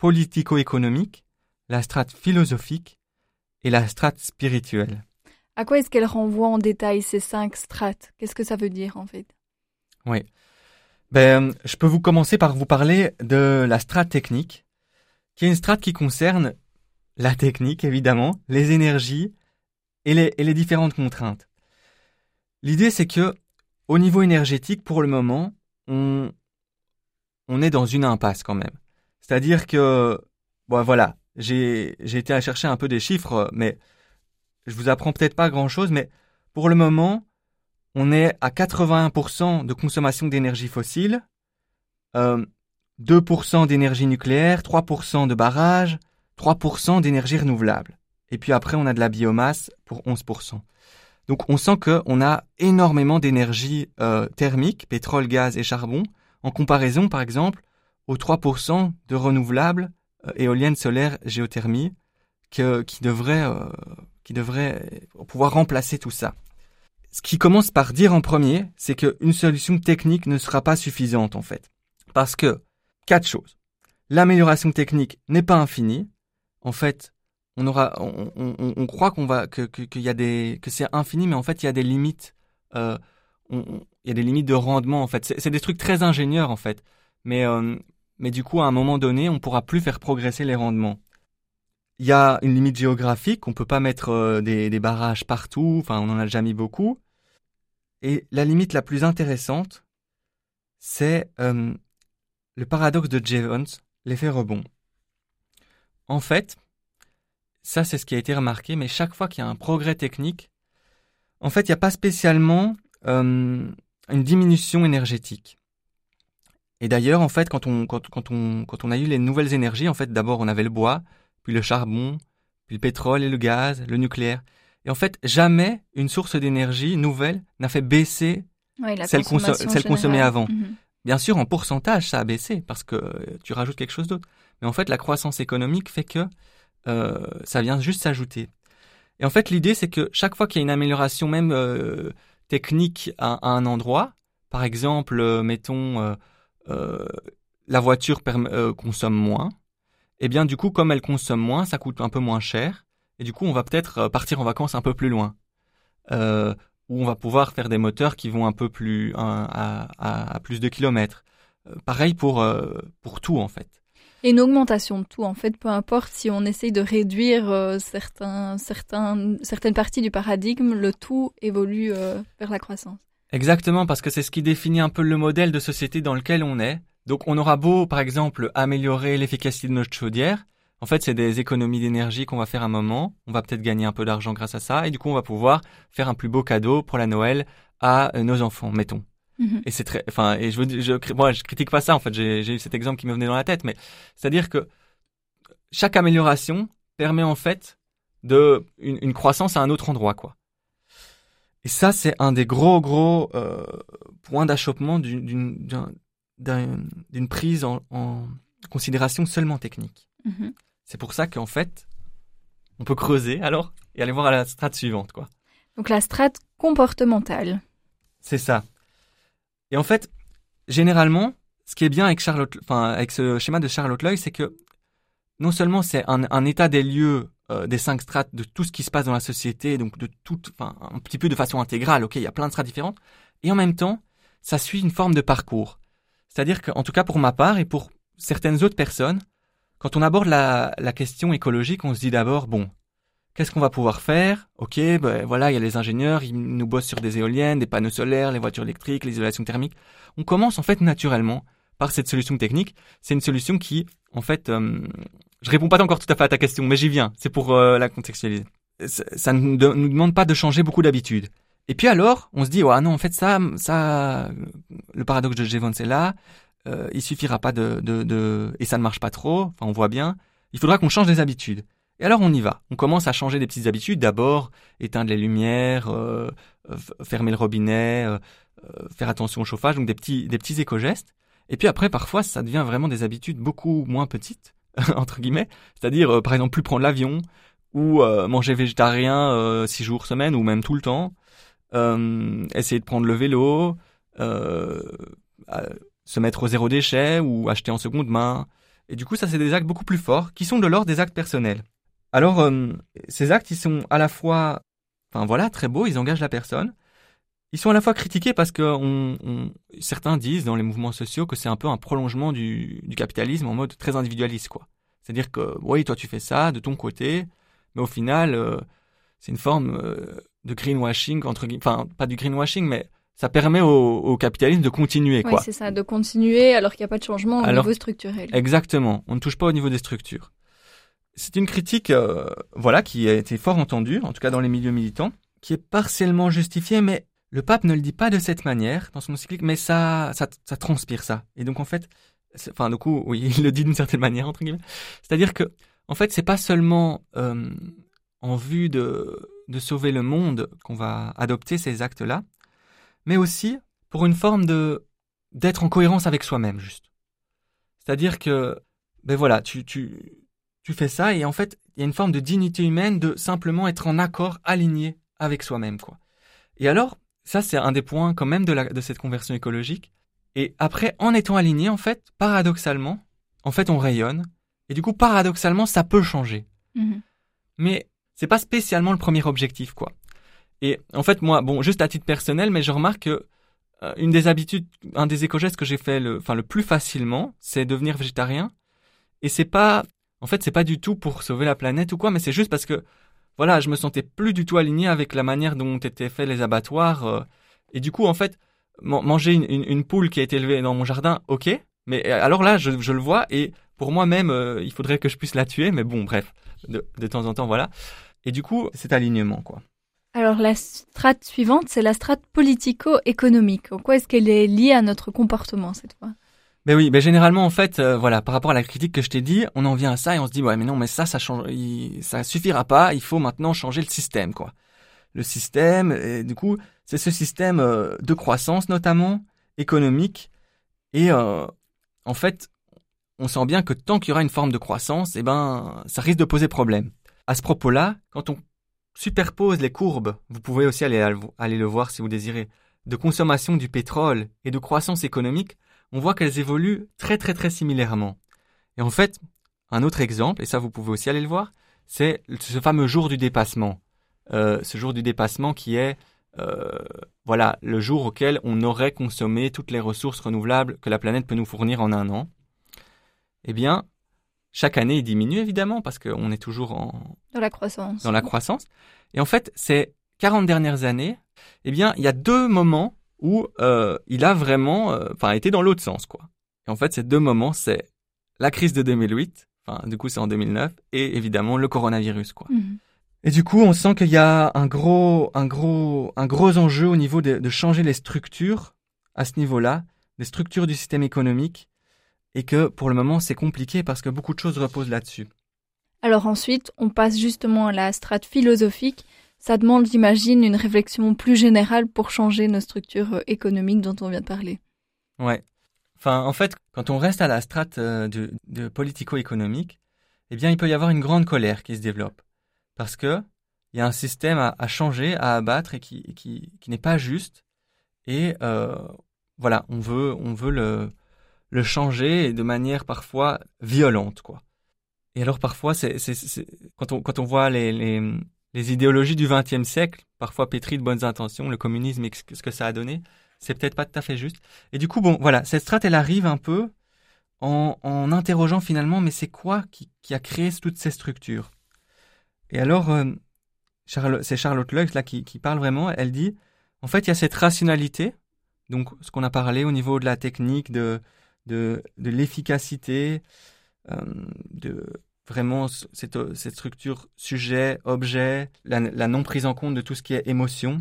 politico-économique, la strate philosophique et la strate spirituelle.
À quoi est-ce qu'elle renvoie en détail ces cinq strates? Qu'est-ce que ça veut dire en fait?
Oui. Ben, je peux vous commencer par vous parler de la strate technique, qui est une strate qui concerne la technique, évidemment, les énergies et les, et les différentes contraintes. L'idée, c'est que, au niveau énergétique, pour le moment, on, on est dans une impasse quand même. C'est-à-dire que, bon, voilà, j'ai, j'ai été à chercher un peu des chiffres, mais je vous apprends peut-être pas grand-chose, mais pour le moment, on est à quatre-vingt-un pour cent de consommation d'énergie fossile, euh, deux pour cent d'énergie nucléaire, trois pour cent de barrages, trois pour cent d'énergie renouvelable. Et puis après, on a de la biomasse pour onze pour cent. Donc on sent qu'on a énormément d'énergie euh, thermique, pétrole, gaz et charbon, en comparaison, par exemple, aux trois pour cent de renouvelables, euh, éoliennes, solaires, géothermie, que, qui devraient euh, qui devrait pouvoir remplacer tout ça. Ce qui commence par dire en premier, c'est qu'une solution technique ne sera pas suffisante en fait. Parce que, quatre choses. L'amélioration technique n'est pas infinie. En fait, on aura, on, on, on croit qu'on va, que, que, qu'il y a des, que c'est infini, mais en fait, il y a des limites, euh, on, on, il y a des limites de rendement, en fait. C'est, c'est des trucs très ingénieurs, en fait. Mais, euh, mais du coup, à un moment donné, on pourra plus faire progresser les rendements. Il y a une limite géographique, on peut pas mettre euh, des, des barrages partout, enfin, on en a déjà mis beaucoup. Et la limite la plus intéressante, c'est euh, le paradoxe de Jevons, l'effet rebond. En fait, ça c'est ce qui a été remarqué, mais chaque fois qu'il y a un progrès technique, en fait, il n'y a pas spécialement euh, une diminution énergétique. Et d'ailleurs, en fait, quand on, quand, quand, on, quand on a eu les nouvelles énergies, en fait, d'abord on avait le bois, puis le charbon, puis le pétrole et le gaz, le nucléaire. Et en fait, jamais une source d'énergie nouvelle n'a fait baisser
oui, la
celle, conso- celle consommée avant.
Mm-hmm.
Bien sûr, en pourcentage, ça a baissé parce que tu rajoutes quelque chose d'autre. Mais en fait, la croissance économique fait que euh, ça vient juste s'ajouter. Et en fait, l'idée, c'est que chaque fois qu'il y a une amélioration, même euh, technique à, à un endroit, par exemple, euh, mettons, euh, euh, la voiture perm- euh, consomme moins, et bien du coup, comme elle consomme moins, ça coûte un peu moins cher. Et du coup, on va peut-être partir en vacances un peu plus loin. Euh, où on va pouvoir faire des moteurs qui vont un peu plus à, à, à plus de kilomètres. Euh, pareil pour, euh, pour tout, en fait.
Et une augmentation de tout, en fait, peu importe si on essaye de réduire euh, certains, certains, certaines parties du paradigme, le tout évolue euh, vers la croissance.
Exactement, parce que c'est ce qui définit un peu le modèle de société dans lequel on est. Donc on aura beau, par exemple, améliorer l'efficacité de notre chaudière. En fait, c'est des économies d'énergie qu'on va faire à un moment. On va peut-être gagner un peu d'argent grâce à ça. Et du coup, on va pouvoir faire un plus beau cadeau pour la Noël à nos enfants, mettons. Mm-hmm. Et c'est très, enfin, et je veux, je, moi, je critique pas ça. En fait, j'ai, j'ai eu cet exemple qui me venait dans la tête, mais c'est-à-dire que chaque amélioration permet en fait de une, une croissance à un autre endroit, quoi. Et ça, c'est un des gros, gros euh, points d'achoppement d'une, d'une, d'un, d'un, d'une prise en, en considération seulement technique. Mm-hmm. C'est pour ça qu'en fait, on peut creuser alors et aller voir à la strate suivante, quoi.
Donc la strate comportementale.
C'est ça. Et en fait, généralement, ce qui est bien avec Charlotte, enfin avec ce schéma de Charlotte Loy, c'est que non seulement c'est un, un état des lieux euh, des cinq strates de tout ce qui se passe dans la société, donc de tout, enfin un petit peu de façon intégrale. Ok, il y a plein de strates différentes, et en même temps, ça suit une forme de parcours. C'est-à-dire qu'en tout cas pour ma part et pour certaines autres personnes, quand on aborde la, la question écologique, on se dit d'abord, bon, qu'est-ce qu'on va pouvoir faire? Ok, ben voilà, il y a les ingénieurs, ils nous bossent sur des éoliennes, des panneaux solaires, les voitures électriques, l'isolation thermique. On commence en fait naturellement par cette solution technique. C'est une solution qui, en fait, euh, je réponds pas encore tout à fait à ta question, mais j'y viens. C'est pour euh, la contextualiser. Ça, ça ne nous, de, nous demande pas de changer beaucoup d'habitudes. Et puis alors, on se dit, ouais, non, en fait, ça, ça, le paradoxe de Jevons est là. Euh, il suffira pas de, de, de, et ça ne marche pas trop. Enfin, on voit bien. Il faudra qu'on change des habitudes. Et alors, on y va. On commence à changer des petites habitudes. D'abord, éteindre les lumières, euh, fermer le robinet, euh, faire attention au chauffage. Donc, des petits, des petits éco-gestes. Et puis après, parfois, ça devient vraiment des habitudes beaucoup moins petites, entre guillemets. C'est-à-dire, euh, par exemple, plus prendre l'avion ou euh, manger végétarien euh, six jours semaine ou même tout le temps. Euh, essayer de prendre le vélo. Euh, euh, se mettre au zéro déchet ou acheter en seconde main, Et du coup, ça, c'est des actes beaucoup plus forts, qui sont de l'ordre des actes personnels. Alors, euh, ces actes, ils sont à la fois, enfin voilà, très beaux, ils engagent la personne. Ils sont à la fois critiqués parce que on, on, certains disent dans les mouvements sociaux que c'est un peu un prolongement du, du capitalisme en mode très individualiste, quoi. C'est-à-dire que, oui, toi tu fais ça de ton côté, mais au final, euh, c'est une forme euh, de greenwashing, entre guillemets, enfin, pas du greenwashing, mais ça permet au, au capitalisme de continuer, quoi.
Oui, c'est ça, de continuer alors qu'il n'y a pas de changement au
alors,
niveau structurel.
Exactement, on ne touche pas au niveau des structures. C'est une critique, euh, voilà, qui a été fort entendue, en tout cas dans les milieux militants, qui est partiellement justifiée, mais le pape ne le dit pas de cette manière dans son encyclique, mais ça, ça, ça transpire ça. Et donc en fait, enfin du coup, oui, il le dit d'une certaine manière entre guillemets. C'est-à-dire que, en fait, c'est pas seulement euh, en vue de de sauver le monde qu'on va adopter ces actes-là, mais aussi pour une forme de d'être en cohérence avec soi-même, juste. C'est-à-dire que, ben voilà, tu tu tu fais ça et en fait, il y a une forme de dignité humaine de simplement être en accord, aligné avec soi-même, quoi. Et alors, ça, c'est un des points quand même de, la, de cette conversion écologique. Et après, en étant aligné, en fait, paradoxalement, en fait, on rayonne. Et du coup, paradoxalement, ça peut changer. Mmh. Mais c'est pas spécialement le premier objectif, quoi. Et en fait, moi, bon, juste à titre personnel, mais je remarque que euh, une des habitudes, un des éco-gestes que j'ai fait le, enfin, le plus facilement, c'est devenir végétarien. Et c'est pas, en fait, c'est pas du tout pour sauver la planète ou quoi, mais c'est juste parce que voilà, je me sentais plus du tout aligné avec la manière dont étaient faits les abattoirs. Euh, et du coup, en fait, man- manger une, une, une poule qui a été élevée dans mon jardin, ok. Mais alors là, je, je le vois et pour moi-même, euh, il faudrait que je puisse la tuer. Mais bon, bref, de, de temps en temps, voilà. Et du coup, cet alignement, quoi.
Alors, la strate suivante, c'est la strate politico-économique. En quoi est-ce qu'elle est liée à notre comportement cette fois ?
Ben oui, ben généralement en fait, euh, voilà, par rapport à la critique que je t'ai dit, on en vient à ça et on se dit ouais mais non mais ça ça change, il, ça suffira pas, il faut maintenant changer le système quoi. Le système, et du coup c'est ce système euh, de croissance notamment économique et euh, en fait on sent bien que tant qu'il y aura une forme de croissance, eh ben ça risque de poser problème. À ce propos-là, quand on superpose les courbes, vous pouvez aussi aller aller le voir si vous désirez, de consommation du pétrole et de croissance économique. On voit qu'elles évoluent très très très similairement. Et en fait, un autre exemple, et ça vous pouvez aussi aller le voir, c'est ce fameux jour du dépassement. Euh, ce jour du dépassement qui est euh, voilà, le jour auquel on aurait consommé toutes les ressources renouvelables que la planète peut nous fournir en un an. Eh bien, chaque année, il diminue évidemment parce qu'on est toujours en...
Dans la croissance.
Dans la croissance. Et en fait, ces quarante dernières années, eh bien, il y a deux moments où euh, il a vraiment, enfin, euh, été dans l'autre sens, quoi. Et en fait, ces deux moments, c'est la crise de deux mille huit, enfin, du coup, c'est en deux mille neuf, et évidemment le coronavirus, quoi. Mmh. Et du coup, on sent qu'il y a un gros, un gros, un gros enjeu au niveau de, de changer les structures à ce niveau-là, les structures du système économique, et que pour le moment, c'est compliqué parce que beaucoup de choses reposent là-dessus.
Alors ensuite, on passe justement à la strate philosophique. Ça demande, j'imagine, une réflexion plus générale pour changer nos structures économiques dont on vient de parler.
Ouais. Enfin, en fait, quand on reste à la strate euh, de, de politico-économique, eh bien, il peut y avoir une grande colère qui se développe. Parce que il y a un système à, à changer, à abattre et qui, qui, qui n'est pas juste. Et euh, voilà, on veut, on veut le, le changer de manière parfois violente, quoi. Et alors, parfois, c'est, c'est, c'est, quand, on, quand on voit les... les Les idéologies du vingtième siècle, parfois pétries de bonnes intentions, le communisme et ce que ça a donné, c'est peut-être pas tout à fait juste. Et du coup, bon, voilà, cette strate, elle arrive un peu en, en interrogeant finalement, mais c'est quoi qui, qui a créé toutes ces structures ? Et alors, euh, Charlotte, c'est Charlotte Lux là qui, qui parle vraiment. Elle dit, en fait, il y a cette rationalité, donc ce qu'on a parlé au niveau de la technique, de de, de l'efficacité, euh, de vraiment cette, cette structure sujet, objet, la, la non prise en compte de tout ce qui est émotion.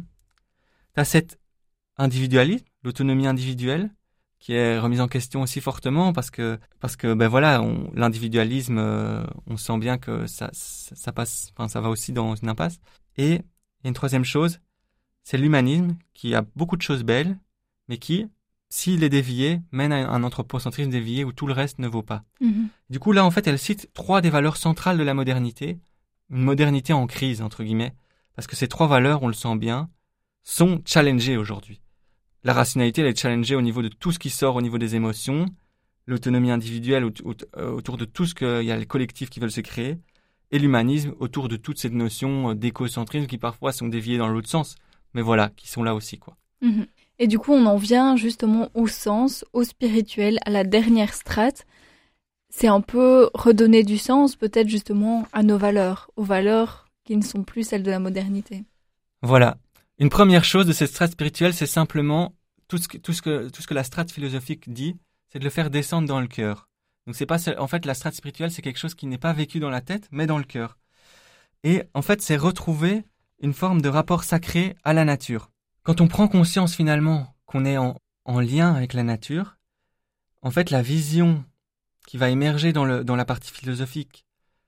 Tu as cet individualisme, l'autonomie individuelle, qui est remise en question aussi fortement parce que, parce que ben voilà, on, l'individualisme, euh, on sent bien que ça, ça, ça passe, enfin, ça va aussi dans une impasse. Et il y a une troisième chose, c'est l'humanisme qui a beaucoup de choses belles, mais qui, s'il est dévié, mène à un anthropocentrisme dévié où tout le reste ne vaut pas. Mmh. Du coup, là, en fait, elle cite trois des valeurs centrales de la modernité, une modernité en crise, entre guillemets, parce que ces trois valeurs, on le sent bien, sont challengées aujourd'hui. La rationalité, elle est challengée au niveau de tout ce qui sort au niveau des émotions, l'autonomie individuelle autour, autour de tout ce qu'il y a les collectifs qui veulent se créer, et l'humanisme autour de toute cette notion d'écocentrisme qui parfois sont déviées dans l'autre sens, mais voilà, qui sont là aussi, quoi.
Mmh. Et du coup, on en vient justement au sens, au spirituel, à la dernière strate. C'est un peu redonner du sens, peut-être justement, à nos valeurs, aux valeurs qui ne sont plus celles de la modernité.
Voilà. Une première chose de cette strate spirituelle, c'est simplement tout ce que, tout ce que, tout ce que la strate philosophique dit, c'est de le faire descendre dans le cœur. Donc c'est pas, en fait, la strate spirituelle, c'est quelque chose qui n'est pas vécu dans la tête, mais dans le cœur. Et en fait, c'est retrouver une forme de rapport sacré à la nature. Quand on prend conscience finalement qu'on est en, en lien avec la nature, en fait, la vision qui va émerger dans, le, dans la partie philosophique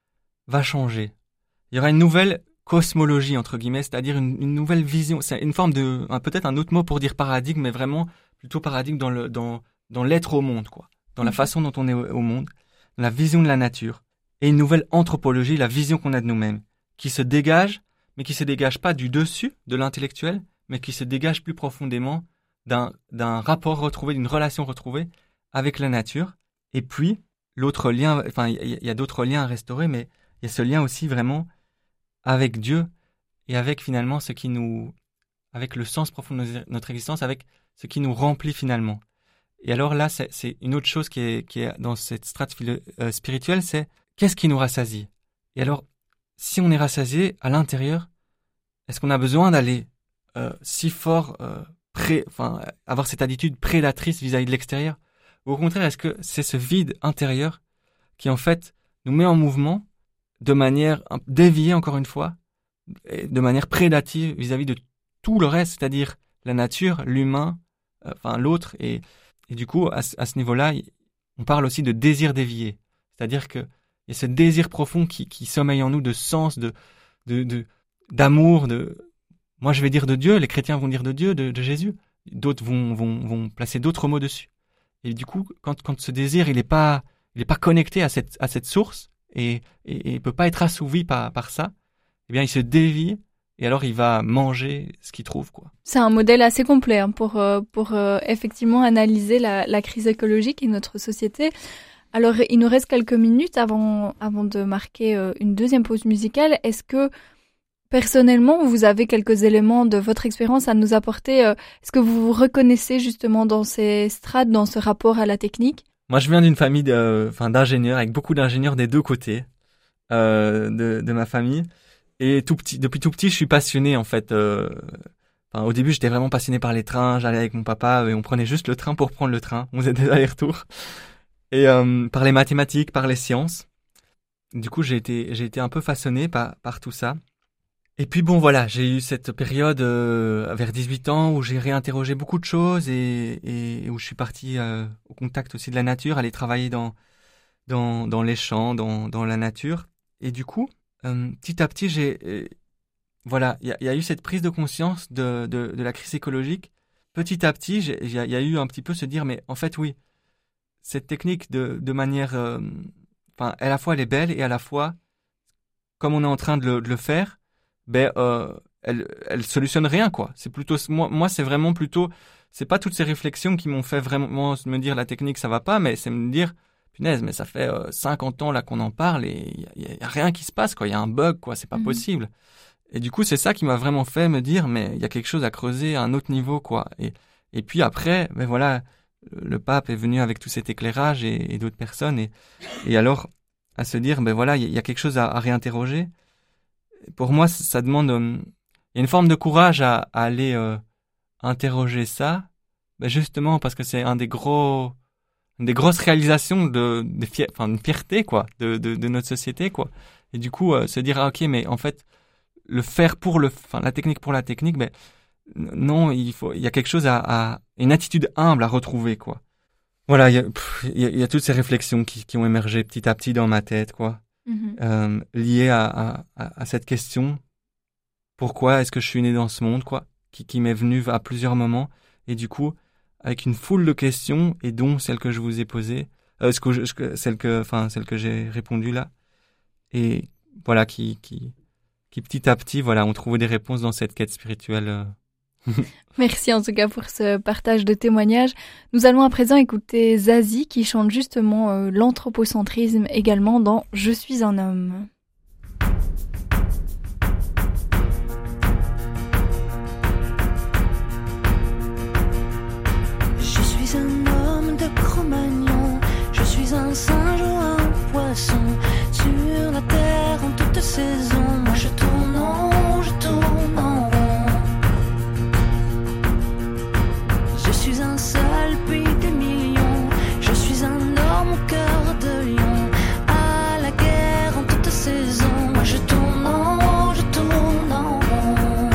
va changer. Il y aura une nouvelle cosmologie, entre guillemets, c'est-à-dire une, une nouvelle vision. C'est une forme de, un, peut-être un autre mot pour dire paradigme, mais vraiment plutôt paradigme dans, le, dans, dans l'être au monde, quoi. Dans la façon dont on est au, au monde, dans la vision de la nature. Et une nouvelle anthropologie, la vision qu'on a de nous-mêmes, qui se dégage, mais qui se dégage pas du dessus, de l'intellectuel, mais qui se dégage plus profondément d'un, d'un rapport retrouvé, d'une relation retrouvée avec la nature. Et puis, l'autre lien, enfin, il y, y a d'autres liens à restaurer, mais il y a ce lien aussi vraiment avec Dieu et avec finalement ce qui nous, avec le sens profond de notre existence, avec ce qui nous remplit finalement. Et alors là, c'est, c'est une autre chose qui est, qui est dans cette strate philo, euh, spirituelle, c'est qu'est-ce qui nous rassasie? Et alors, si on est rassasié à l'intérieur, est-ce qu'on a besoin d'aller euh, si fort, euh, pré, enfin, avoir cette attitude prédatrice vis-à-vis de l'extérieur? Ou au contraire, est-ce que c'est ce vide intérieur qui en fait nous met en mouvement de manière déviée, encore une fois, de manière prédative vis-à-vis de tout le reste, c'est-à-dire la nature, l'humain, euh, enfin l'autre. Et, et du coup, à, à ce niveau-là, on parle aussi de désir dévié. C'est-à-dire qu'il y a ce désir profond qui, qui sommeille en nous de sens, de, de, de, d'amour, de... Moi, je vais dire de Dieu, les chrétiens vont dire de Dieu, de, de Jésus. D'autres vont, vont, vont placer d'autres mots dessus. Et du coup, quand, quand ce désir, il n'est pas, il est pas connecté à cette, à cette source et, et, et peut pas être assouvi par, par ça, eh bien, il se dévie et alors il va manger ce qu'il trouve, quoi.
C'est un modèle assez complet hein, pour, euh, pour euh, effectivement analyser la, la crise écologique et notre société. Alors, il nous reste quelques minutes avant, avant de marquer euh, une deuxième pause musicale. Est-ce que, personnellement, vous avez quelques éléments de votre expérience à nous apporter? euh, Est-ce que vous vous reconnaissez justement dans ces strates, dans ce rapport à la technique?
Moi, je viens d'une famille de, enfin, d'ingénieurs, avec beaucoup d'ingénieurs des deux côtés euh, de, de ma famille. Et tout petit, depuis tout petit, je suis passionné, en fait. Euh, enfin, au début, j'étais vraiment passionné par les trains. J'allais avec mon papa et on prenait juste le train pour prendre le train. On faisait des allers-retours. Et euh, par les mathématiques, par les sciences. Du coup, j'ai été, j'ai été un peu façonné par, par tout ça. Et puis bon, voilà, j'ai eu cette période euh, vers dix-huit ans où j'ai réinterrogé beaucoup de choses et, et où je suis parti euh, au contact aussi de la nature, aller travailler dans dans, dans les champs, dans, dans la nature. Et du coup, euh, petit à petit, j'ai euh, voilà, il y a, y a eu cette prise de conscience de, de, de la crise écologique. Petit à petit, il y, y a eu un petit peu se dire, mais en fait, oui, cette technique de, de manière, euh, enfin, à la fois elle est belle et à la fois, comme on est en train de le, de le faire, ben euh, elle elle solutionne rien, quoi. C'est plutôt moi moi c'est vraiment plutôt c'est pas toutes ces réflexions qui m'ont fait vraiment me dire la technique ça va pas, mais c'est me dire punaise, mais ça fait euh, cinquante ans là qu'on en parle et il y, y a rien qui se passe, quoi. Il y a un bug, quoi, c'est pas mmh. possible. Et du coup, c'est ça qui m'a vraiment fait me dire mais il y a quelque chose à creuser à un autre niveau, quoi. Et et puis après, ben voilà, le pape est venu avec tout cet éclairage et, et d'autres personnes et et alors à se dire ben voilà, il y, y a quelque chose à, à réinterroger. Pour moi, ça demande, euh, il y a une forme de courage à, à aller euh, interroger ça, ben justement parce que c'est un des gros, une des grosses réalisations de, de fier, enfin une fierté quoi, de, de, de notre société quoi. Et du coup, euh, se dire ah ok, mais en fait, le faire pour le, enfin la technique pour la technique, ben non, il faut, il y a quelque chose à, à une attitude humble à retrouver quoi. Voilà, il y a, pff, il y a, il y a toutes ces réflexions qui, qui ont émergé petit à petit dans ma tête quoi. Mmh. Euh, lié à, à, à cette question, pourquoi est-ce que je suis né dans ce monde, quoi, qui, qui m'est venu à plusieurs moments, et du coup, avec une foule de questions, et dont celle que je vous ai posée, euh, ce que je, celle que, enfin, celle que j'ai répondu là, et voilà, qui, qui, qui petit à petit, voilà, ont trouvé des réponses dans cette quête spirituelle euh,
Merci en tout cas pour ce partage de témoignages. Nous allons à présent écouter Zazie qui chante justement euh, l'anthropocentrisme également dans « Je suis un homme ».
Je suis un homme de Cro-Magnon, je suis un singe ou un poisson, sur la terre en toute saison, moi je tourne en rond, je tourne en rond. Je suis un seul pays des millions, je suis un homme au cœur de lion, à la guerre en toute saison, moi je tourne en rond, je tourne en rond.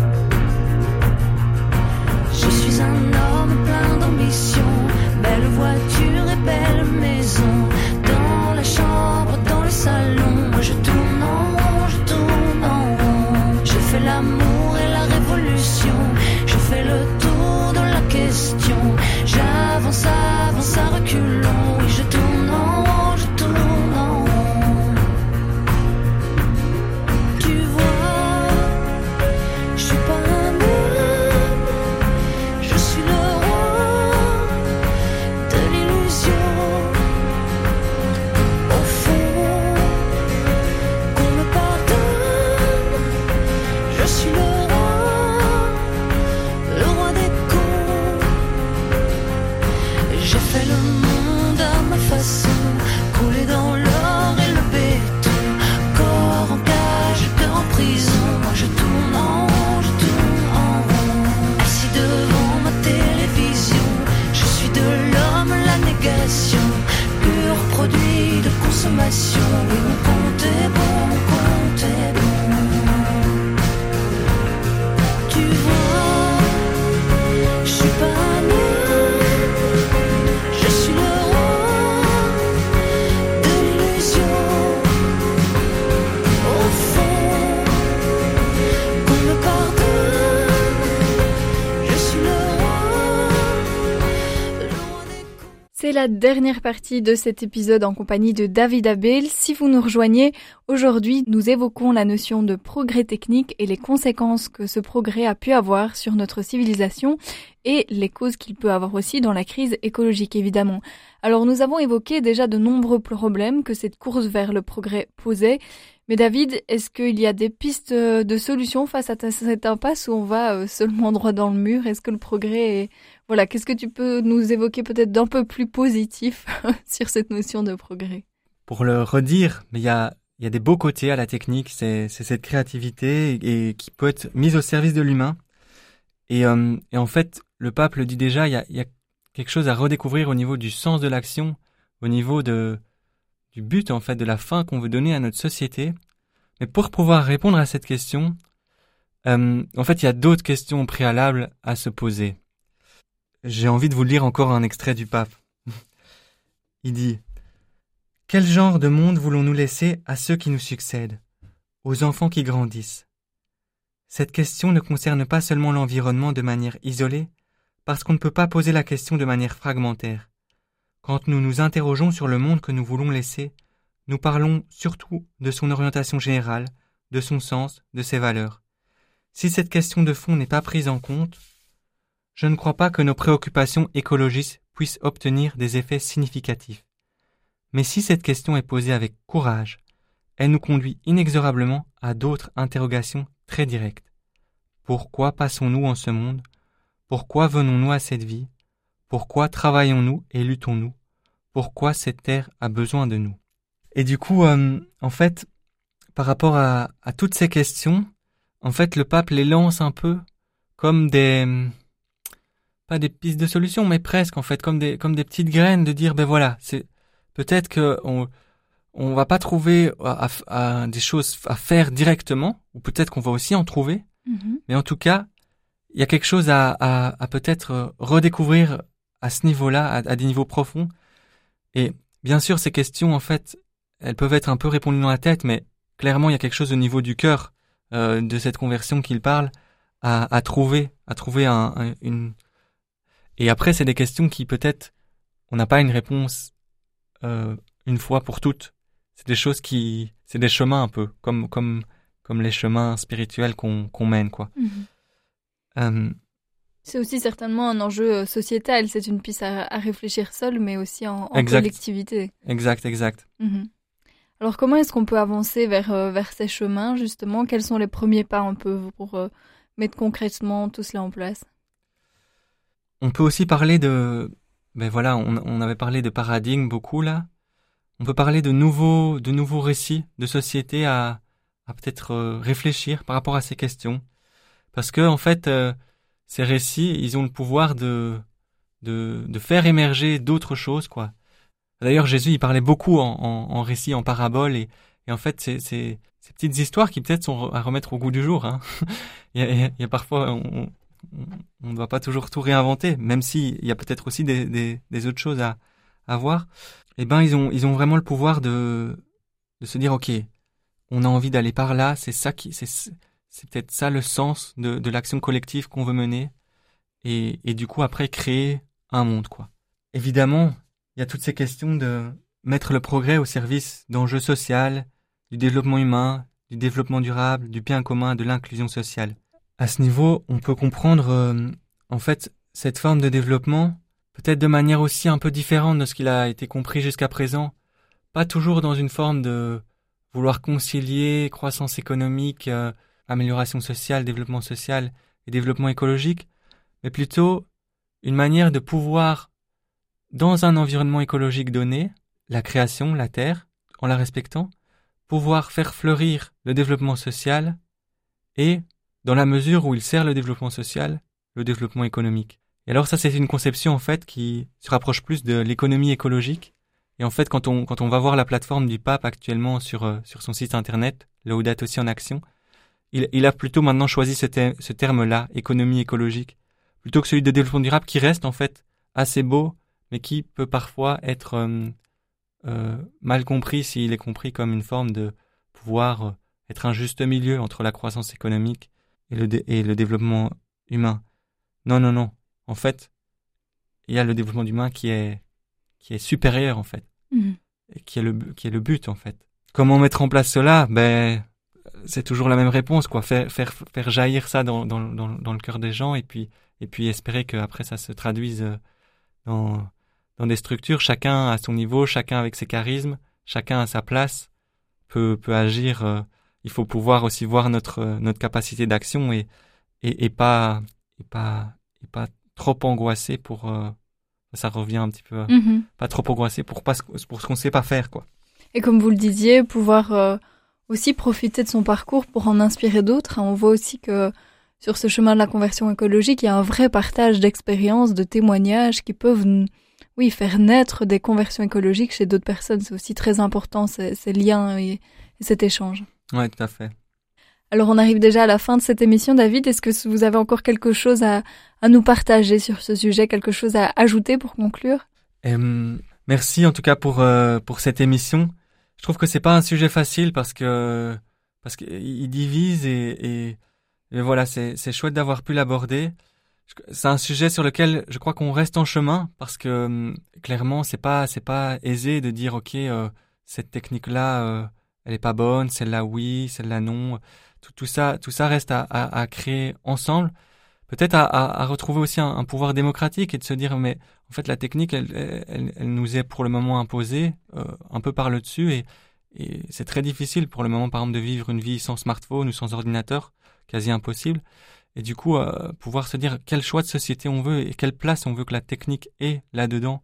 Je suis un homme plein d'ambition, belle voiture et belle maison, dans la chambre, dans le salon, moi je tourne en rond, je tourne en rond. Je fais l'amour et la révolution, je fais le tour de la question, j'avance, avance à reculons, oui je tourne en rond, je tourne en rond. Tu vois, je suis pas un homme, je suis le roi de l'illusion. Au fond, qu'on me pardonne, je suis le roi, le roi des cons. J'ai fait le monde à ma façon, coulé dans l'or et le béton, corps en cage, cœur en prison, moi je tourne en rond, je tourne en rond. Assis devant ma télévision, je suis de l'homme la négation, pur produit de consommation, oui mon compte est bon, mon compte est bon. Tu vois, je suis pas un homme, je suis le roi de l'illusion. Au fond, qu'on me pardonne, je suis le roi, le roi des cons.
C'est la dernière partie de cet épisode en compagnie de David Abel. Si vous nous rejoignez, aujourd'hui nous évoquons la notion de progrès technique et les conséquences que ce progrès a pu avoir sur notre civilisation et les causes qu'il peut avoir aussi dans la crise écologique évidemment. Alors nous avons évoqué déjà de nombreux problèmes que cette course vers le progrès posait. Mais David, est-ce qu'il y a des pistes de solutions face à cette impasse où on va seulement droit dans le mur? Est-ce que le progrès est... Voilà, qu'est-ce que tu peux nous évoquer peut-être d'un peu plus positif sur cette notion de progrès?
Pour le redire, mais il y a, il y a des beaux côtés à la technique, c'est, c'est cette créativité et, et qui peut être mise au service de l'humain. Et, euh, et en fait, le pape le dit déjà, il y a, il y a quelque chose à redécouvrir au niveau du sens de l'action, au niveau de, du but en fait, de la fin qu'on veut donner à notre société. Mais pour pouvoir répondre à cette question, euh, en fait, il y a d'autres questions préalables à se poser. J'ai envie de vous lire encore un extrait du pape. Il dit « Quel genre de monde voulons-nous laisser à ceux qui nous succèdent, aux enfants qui grandissent ? Cette question ne concerne pas seulement l'environnement de manière isolée, parce qu'on ne peut pas poser la question de manière fragmentaire. Quand nous nous interrogeons sur le monde que nous voulons laisser, nous parlons surtout de son orientation générale, de son sens, de ses valeurs. Si cette question de fond n'est pas prise en compte, je ne crois pas que nos préoccupations écologistes puissent obtenir des effets significatifs. Mais si cette question est posée avec courage, elle nous conduit inexorablement à d'autres interrogations très directes. Pourquoi passons-nous en ce monde ? Pourquoi venons-nous à cette vie ? Pourquoi travaillons-nous et luttons-nous ? Pourquoi cette terre a besoin de nous ? Et du coup, euh, en fait, par rapport à, à toutes ces questions, en fait, le pape les lance un peu comme des... pas des pistes de solution, mais presque, en fait, comme des, comme des petites graines de dire, ben voilà, c'est, peut-être que on, on va pas trouver à, à, à des choses à faire directement, ou peut-être qu'on va aussi en trouver, mm-hmm. mais en tout cas, il y a quelque chose à, à, à peut-être redécouvrir à ce niveau-là, à, à des niveaux profonds. Et bien sûr, ces questions, en fait, elles peuvent être un peu répondues dans la tête, mais clairement, il y a quelque chose au niveau du cœur euh, de cette conversion qu'il parle à, à trouver, à trouver un, un, une... Et après, c'est des questions qui, peut-être, on n'a pas une réponse euh, une fois pour toutes. C'est des choses qui... C'est des chemins un peu, comme, comme, comme les chemins spirituels qu'on, qu'on mène, quoi. Mm-hmm. Euh,
C'est aussi certainement un enjeu sociétal, c'est une piste à, à réfléchir seul, mais aussi en, en
exact.
collectivité.
Exact, exact.
Mmh. Alors comment est-ce qu'on peut avancer vers, euh, vers ces chemins, justement? Quels sont les premiers pas un peu pour euh, mettre concrètement tout cela en place?
On peut aussi parler de... Ben voilà, on, on avait parlé de paradigme beaucoup là. On peut parler de nouveaux, de nouveaux récits de société à, à peut-être euh, réfléchir par rapport à ces questions. Parce que en fait... Euh, Ces récits, ils ont le pouvoir de, de, de faire émerger d'autres choses, quoi. D'ailleurs, Jésus, il parlait beaucoup en, en, en récits, en paraboles, et, et en fait, c'est, c'est, ces petites histoires qui peut-être sont à remettre au goût du jour, hein. il, y a, il y a parfois, on, on ne doit pas toujours tout réinventer, même s'il y a peut-être aussi des, des, des autres choses à, à voir. Eh ben, ils ont, ils ont vraiment le pouvoir de, de se dire, ok, on a envie d'aller par là, c'est ça qui, c'est, C'est peut-être ça le sens de, de l'action collective qu'on veut mener et, et du coup après créer un monde, quoi. Évidemment, il y a toutes ces questions de mettre le progrès au service d'enjeux sociaux, du développement humain, du développement durable, du bien commun, de l'inclusion sociale. À ce niveau, on peut comprendre euh, en fait cette forme de développement peut-être de manière aussi un peu différente de ce qu'il a été compris jusqu'à présent, pas toujours dans une forme de vouloir concilier croissance économique, euh, amélioration sociale, développement social et développement écologique, mais plutôt une manière de pouvoir, dans un environnement écologique donné, la création, la terre, en la respectant, pouvoir faire fleurir le développement social et, dans la mesure où il sert le développement social, le développement économique. Et alors ça, c'est une conception en fait qui se rapproche plus de l'économie écologique. Et en fait, quand on quand on va voir la plateforme du pape actuellement sur euh, sur son site internet, Laudato Si en action, Il, il a plutôt maintenant choisi ce, te- ce terme-là, économie écologique, plutôt que celui de développement durable qui reste en fait assez beau, mais qui peut parfois être euh, euh, mal compris s'il est compris comme une forme de pouvoir euh, être un juste milieu entre la croissance économique et le, dé- et le développement humain. Non, non, non. En fait, il y a le développement humain qui est, qui est supérieur en fait,
mmh.
et qui est, le, qui est le but en fait. Comment mettre en place cela? Ben... c'est toujours la même réponse, quoi. Faire, faire, faire jaillir ça dans, dans, dans, dans le cœur des gens et puis, et puis espérer qu'après ça se traduise dans, dans des structures. Chacun à son niveau, chacun avec ses charismes, chacun à sa place peut, peut agir. Euh, il faut pouvoir aussi voir notre, notre capacité d'action et, et, et pas, et pas, et pas trop angoissé pour, euh, ça revient un petit peu, euh,
mmh.
pas trop angoissé pour pas, pour ce qu'on sait pas faire, quoi.
Et comme vous le disiez, pouvoir, euh... aussi profiter de son parcours pour en inspirer d'autres. On voit aussi que sur ce chemin de la conversion écologique, il y a un vrai partage d'expériences, de témoignages qui peuvent, oui, faire naître des conversions écologiques chez d'autres personnes. C'est aussi très important, ces, ces liens et, et cet échange.
Oui, tout à fait.
Alors, on arrive déjà à la fin de cette émission, David. Est-ce que vous avez encore quelque chose à, à nous partager sur ce sujet, quelque chose à ajouter pour conclure?
euh, Merci en tout cas pour, euh, pour cette émission. Je trouve que c'est pas un sujet facile parce que parce qu'il divise et, et, et voilà, c'est c'est chouette d'avoir pu l'aborder. C'est un sujet sur lequel je crois qu'on reste en chemin parce que euh, clairement c'est pas c'est pas aisé de dire ok euh, cette technique là euh, elle est pas bonne, celle-là oui, celle-là non. Tout tout ça tout ça reste à à, à créer ensemble. Peut-être à, à, à retrouver aussi un, un pouvoir démocratique et de se dire mais en fait la technique elle, elle, elle nous est pour le moment imposée euh, un peu par le dessus et, et c'est très difficile pour le moment par exemple de vivre une vie sans smartphone ou sans ordinateur, quasi impossible. Et du coup euh, pouvoir se dire quel choix de société on veut et quelle place on veut que la technique ait là-dedans.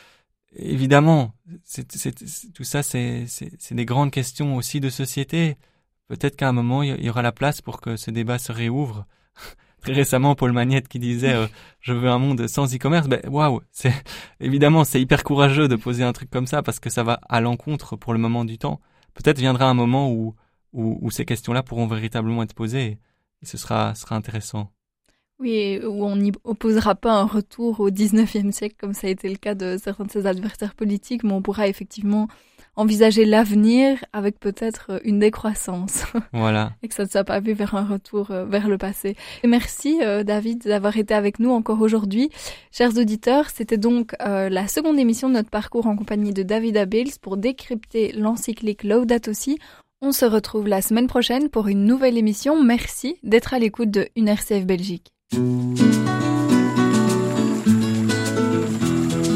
Évidemment, c'est, c'est, c'est, tout ça c'est, c'est, c'est des grandes questions aussi de société. Peut-être qu'à un moment il y aura la place pour que ce débat se réouvre. Très récemment, Paul Magnette qui disait euh, « Je veux un monde sans e-commerce », ben waouh, c'est évidemment c'est hyper courageux de poser un truc comme ça parce que ça va à l'encontre pour le moment du temps. Peut-être viendra un moment où où, où ces questions-là pourront véritablement être posées et, et ce sera sera intéressant.
Oui, où on n'y opposera pas un retour au dix-neuvième siècle comme ça a été le cas de certains de ses adversaires politiques, mais on pourra effectivement envisager l'avenir avec peut-être une décroissance.
Voilà.
Et que ça ne soit pas vu vers un retour euh, vers le passé. Et merci euh, David d'avoir été avec nous encore aujourd'hui. Chers auditeurs, c'était donc euh, la seconde émission de notre parcours en compagnie de David Abels pour décrypter l'encyclique Laudato Si. On se retrouve la semaine prochaine pour une nouvelle émission. Merci d'être à l'écoute de une R C F Belgique. Thank you.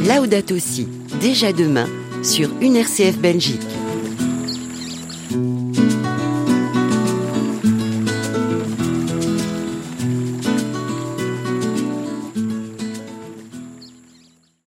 Laudato Si, déjà demain, sur une R C F Belgique.